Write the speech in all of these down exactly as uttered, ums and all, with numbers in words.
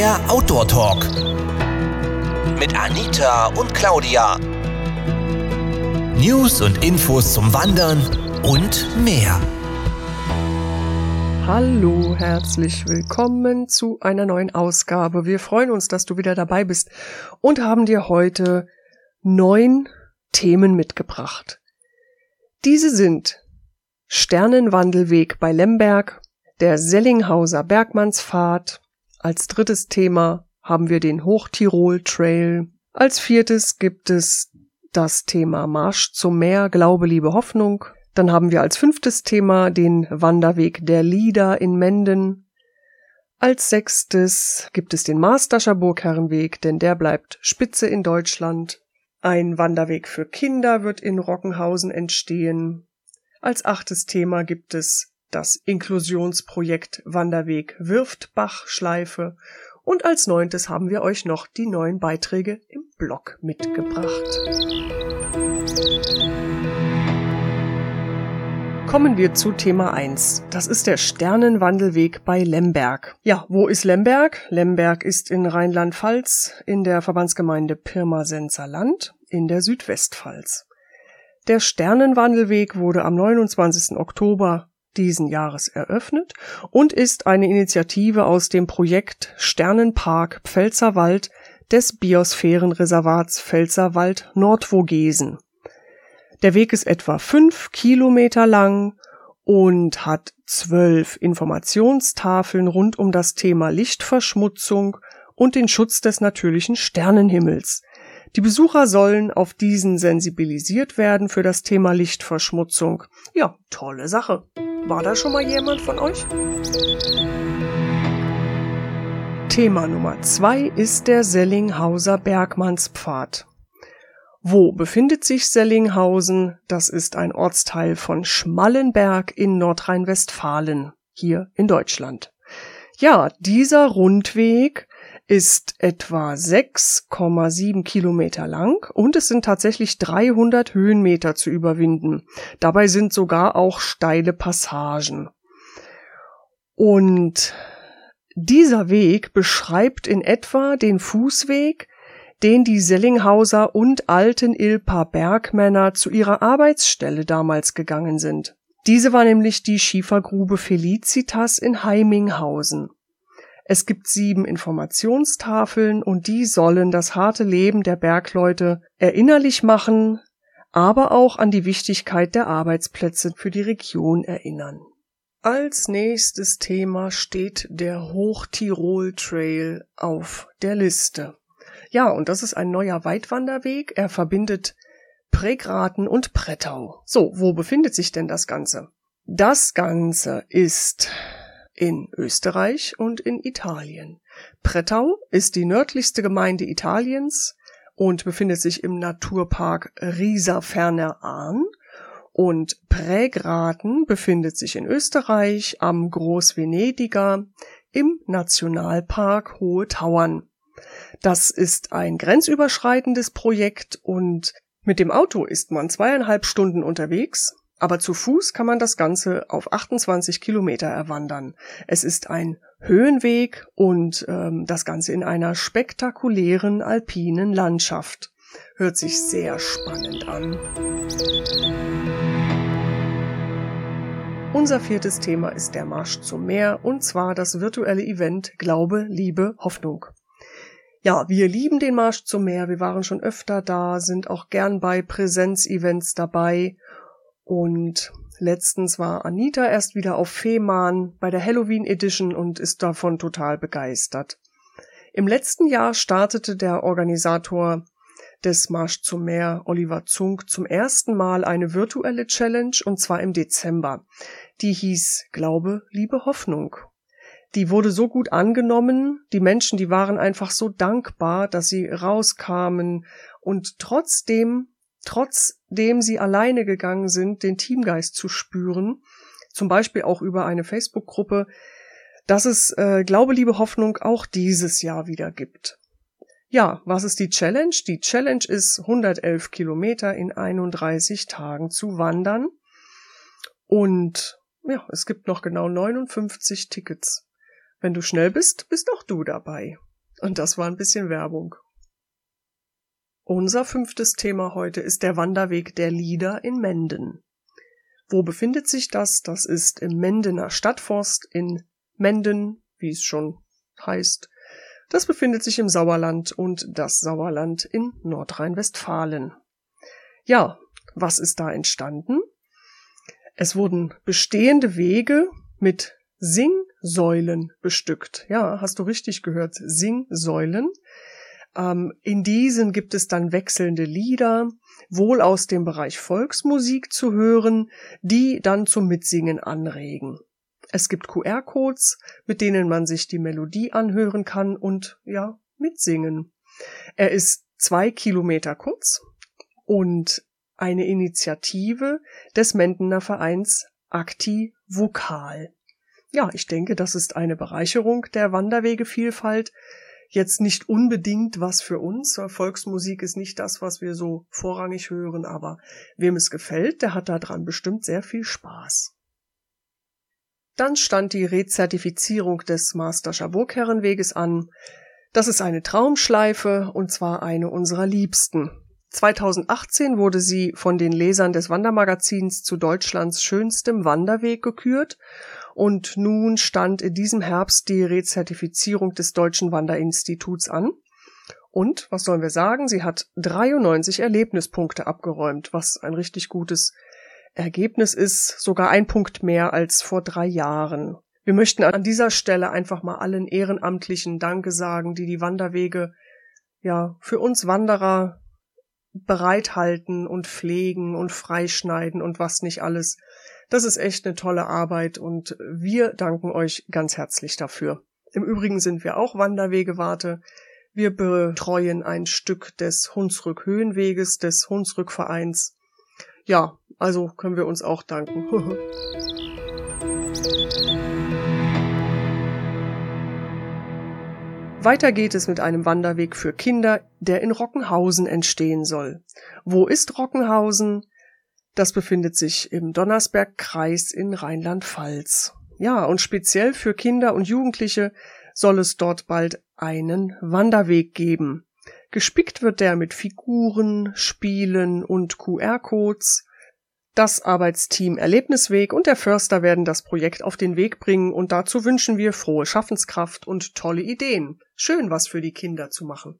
Der Outdoor Talk mit Anita und Claudia. News und Infos zum Wandern und mehr. Hallo, herzlich willkommen zu einer neuen Ausgabe. Wir freuen uns, dass du wieder dabei bist und haben dir heute neun Themen mitgebracht. Diese sind Sternenwandelweg bei Lemberg, der Sellinghauser Bergmannspfad. Als drittes Thema haben wir den Hochtirol Trail. Als viertes gibt es das Thema Marsch zum Meer, Glaube, Liebe, Hoffnung. Dann haben wir als fünftes Thema den Wanderweg der Lieder in Menden. Als sechstes gibt es den Marstascher Burgherrenweg, denn der bleibt Spitze in Deutschland. Ein Wanderweg für Kinder wird in Rockenhausen entstehen. Als achtes Thema gibt es das Inklusionsprojekt Wanderweg Wirftbach-Schleife. Und als neuntes haben wir euch noch die neuen Beiträge im Blog mitgebracht. Kommen wir zu Thema eins. Das ist der Sternenwandelweg bei Lemberg. Ja, wo ist Lemberg? Lemberg ist in Rheinland-Pfalz in der Verbandsgemeinde Pirmasens Land in der Südwestpfalz. Der Sternenwandelweg wurde am neunundzwanzigsten Oktober diesen Jahres eröffnet und ist eine Initiative aus dem Projekt Sternenpark Pfälzerwald des Biosphärenreservats Pfälzerwald-Nordvogesen. Der Weg ist etwa fünf Kilometer lang und hat zwölf Informationstafeln rund um das Thema Lichtverschmutzung und den Schutz des natürlichen Sternenhimmels. Die Besucher sollen auf diesen sensibilisiert werden für das Thema Lichtverschmutzung. Ja, tolle Sache. War da schon mal jemand von euch? Thema Nummer zwei ist der Sellinghauser Bergmannspfad. Wo befindet sich Sellinghausen? Das ist ein Ortsteil von Schmallenberg in Nordrhein-Westfalen, hier in Deutschland. Ja, dieser Rundweg ist etwa sechs Komma sieben Kilometer lang und es sind tatsächlich dreihundert Höhenmeter zu überwinden. Dabei sind sogar auch steile Passagen. Und dieser Weg beschreibt in etwa den Fußweg, den die Sellinghauser und Altenilper Bergmänner zu ihrer Arbeitsstelle damals gegangen sind. Diese war nämlich die Schiefergrube Felicitas in Heiminghausen. Es gibt sieben Informationstafeln und die sollen das harte Leben der Bergleute erinnerlich machen, aber auch an die Wichtigkeit der Arbeitsplätze für die Region erinnern. Als nächstes Thema steht der Hochtirol Trail auf der Liste. Ja, und das ist ein neuer Weitwanderweg. Er verbindet Prägraten und Prettau. So, wo befindet sich denn das Ganze? Das Ganze ist in Österreich und in Italien. Prettau ist die nördlichste Gemeinde Italiens und befindet sich im Naturpark Rieserferner-Ahrn. Und Prägraten befindet sich in Österreich am Großvenediger im Nationalpark Hohe Tauern. Das ist ein grenzüberschreitendes Projekt und mit dem Auto ist man zweieinhalb Stunden unterwegs. Aber zu Fuß kann man das Ganze auf achtundzwanzig Kilometer erwandern. Es ist ein Höhenweg und ähm, das Ganze in einer spektakulären alpinen Landschaft. Hört sich sehr spannend an. Unser viertes Thema ist der Marsch zum Meer und zwar das virtuelle Event Glaube, Liebe, Hoffnung. Ja, wir lieben den Marsch zum Meer. Wir waren schon öfter da, sind auch gern bei Präsenzevents dabei. Und letztens war Anita erst wieder auf Fehmarn bei der Halloween Edition und ist davon total begeistert. Im letzten Jahr startete der Organisator des Marsch zum Meer, Oliver Zunk, zum ersten Mal eine virtuelle Challenge und zwar im Dezember. Die hieß Glaube, Liebe, Hoffnung. Die wurde so gut angenommen, die Menschen, die waren einfach so dankbar, dass sie rauskamen und trotzdem trotzdem sie alleine gegangen sind, den Teamgeist zu spüren, zum Beispiel auch über eine Facebook-Gruppe, dass es äh, Glaube, Liebe, Hoffnung auch dieses Jahr wieder gibt. Ja, was ist die Challenge? Die Challenge ist, hundertelf Kilometer in einunddreißig Tagen zu wandern. Und ja, es gibt noch genau neunundfünfzig Tickets. Wenn du schnell bist, bist auch du dabei. Und das war ein bisschen Werbung. Unser fünftes Thema heute ist der Wanderweg der Lieder in Menden. Wo befindet sich das? Das ist im Mendener Stadtforst in Menden, wie es schon heißt. Das befindet sich im Sauerland und das Sauerland in Nordrhein-Westfalen. Ja, was ist da entstanden? Es wurden bestehende Wege mit Singsäulen bestückt. Ja, hast du richtig gehört, Singsäulen. Ähm, in diesen gibt es dann wechselnde Lieder, wohl aus dem Bereich Volksmusik zu hören, die dann zum Mitsingen anregen. Es gibt Q R-Codes, mit denen man sich die Melodie anhören kann und, ja, mitsingen. Er ist zwei Kilometer kurz und eine Initiative des Mendener Vereins Acti Vokal. Ja, ich denke, das ist eine Bereicherung der Wanderwegevielfalt. Jetzt nicht unbedingt was für uns. Volksmusik ist nicht das, was wir so vorrangig hören, aber wem es gefällt, der hat daran bestimmt sehr viel Spaß. Dann stand die Rezertifizierung des Masterscher Burgherrenweges an. Das ist eine Traumschleife und zwar eine unserer liebsten. zweitausendachtzehn wurde sie von den Lesern des Wandermagazins zu Deutschlands schönstem Wanderweg gekürt und nun stand in diesem Herbst die Rezertifizierung des Deutschen Wanderinstituts an. Und, was sollen wir sagen, sie hat dreiundneunzig Erlebnispunkte abgeräumt, was ein richtig gutes Ergebnis ist, sogar ein Punkt mehr als vor drei Jahren. Wir möchten an dieser Stelle einfach mal allen Ehrenamtlichen Danke sagen, die die Wanderwege ja für uns Wanderer bereithalten und pflegen und freischneiden und was nicht alles. Das ist echt eine tolle Arbeit und wir danken euch ganz herzlich dafür. Im Übrigen sind wir auch Wanderwegewarte. Wir betreuen ein Stück des Hunsrück-Höhenweges, des Hunsrück-Vereins. Ja, also können wir uns auch danken. Weiter geht es mit einem Wanderweg für Kinder, der in Rockenhausen entstehen soll. Wo ist Rockenhausen? Das befindet sich im Donnersbergkreis in Rheinland-Pfalz. Ja, und speziell für Kinder und Jugendliche soll es dort bald einen Wanderweg geben. Gespickt wird der mit Figuren, Spielen und Q R-Codes. Das Arbeitsteam Erlebnisweg und der Förster werden das Projekt auf den Weg bringen und dazu wünschen wir frohe Schaffenskraft und tolle Ideen. Schön, was für die Kinder zu machen.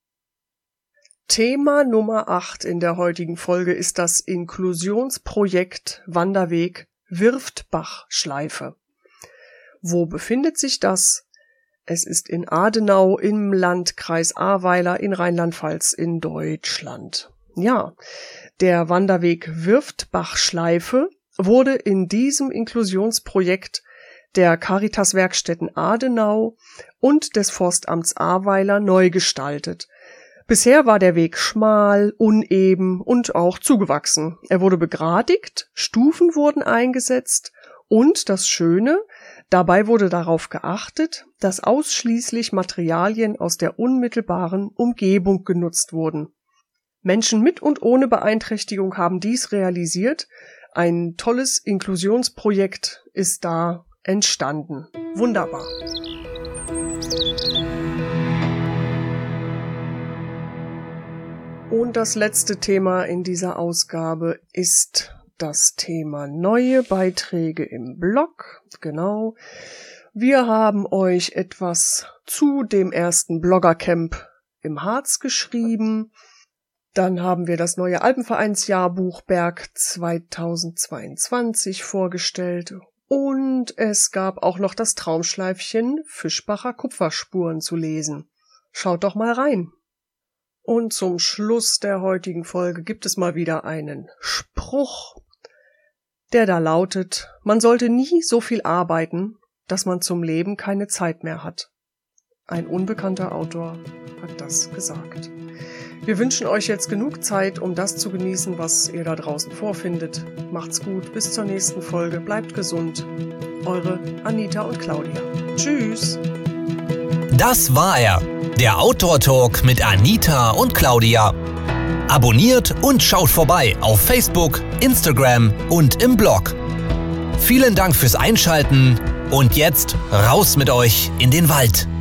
Thema Nummer acht in der heutigen Folge ist das Inklusionsprojekt Wanderweg Wirftbach-Schleife. Wo befindet sich das? Es ist in Adenau im Landkreis Ahrweiler in Rheinland-Pfalz in Deutschland. Ja, der Wanderweg Wirftbach-Schleife wurde in diesem Inklusionsprojekt der Caritas-Werkstätten Adenau und des Forstamts Ahrweiler neu gestaltet. Bisher war der Weg schmal, uneben und auch zugewachsen. Er wurde begradigt, Stufen wurden eingesetzt und das Schöne, dabei wurde darauf geachtet, dass ausschließlich Materialien aus der unmittelbaren Umgebung genutzt wurden. Menschen mit und ohne Beeinträchtigung haben dies realisiert. Ein tolles Inklusionsprojekt ist da entstanden. Wunderbar. Und das letzte Thema in dieser Ausgabe ist das Thema neue Beiträge im Blog. Genau. Wir haben euch etwas zu dem ersten Bloggercamp im Harz geschrieben. Dann haben wir das neue Alpenvereinsjahrbuch Berg zweitausendzweiundzwanzig vorgestellt. Und es gab auch noch das Traumschleifchen Fischbacher Kupferspuren zu lesen. Schaut doch mal rein. Und zum Schluss der heutigen Folge gibt es mal wieder einen Spruch, der da lautet: Man sollte nie so viel arbeiten, dass man zum Leben keine Zeit mehr hat. Ein unbekannter Autor hat das gesagt. Wir wünschen euch jetzt genug Zeit, um das zu genießen, was ihr da draußen vorfindet. Macht's gut, bis zur nächsten Folge, bleibt gesund. Eure Anita und Claudia. Tschüss! Das war er, der Outdoor-Talk mit Anita und Claudia. Abonniert und schaut vorbei auf Facebook, Instagram und im Blog. Vielen Dank fürs Einschalten und jetzt raus mit euch in den Wald.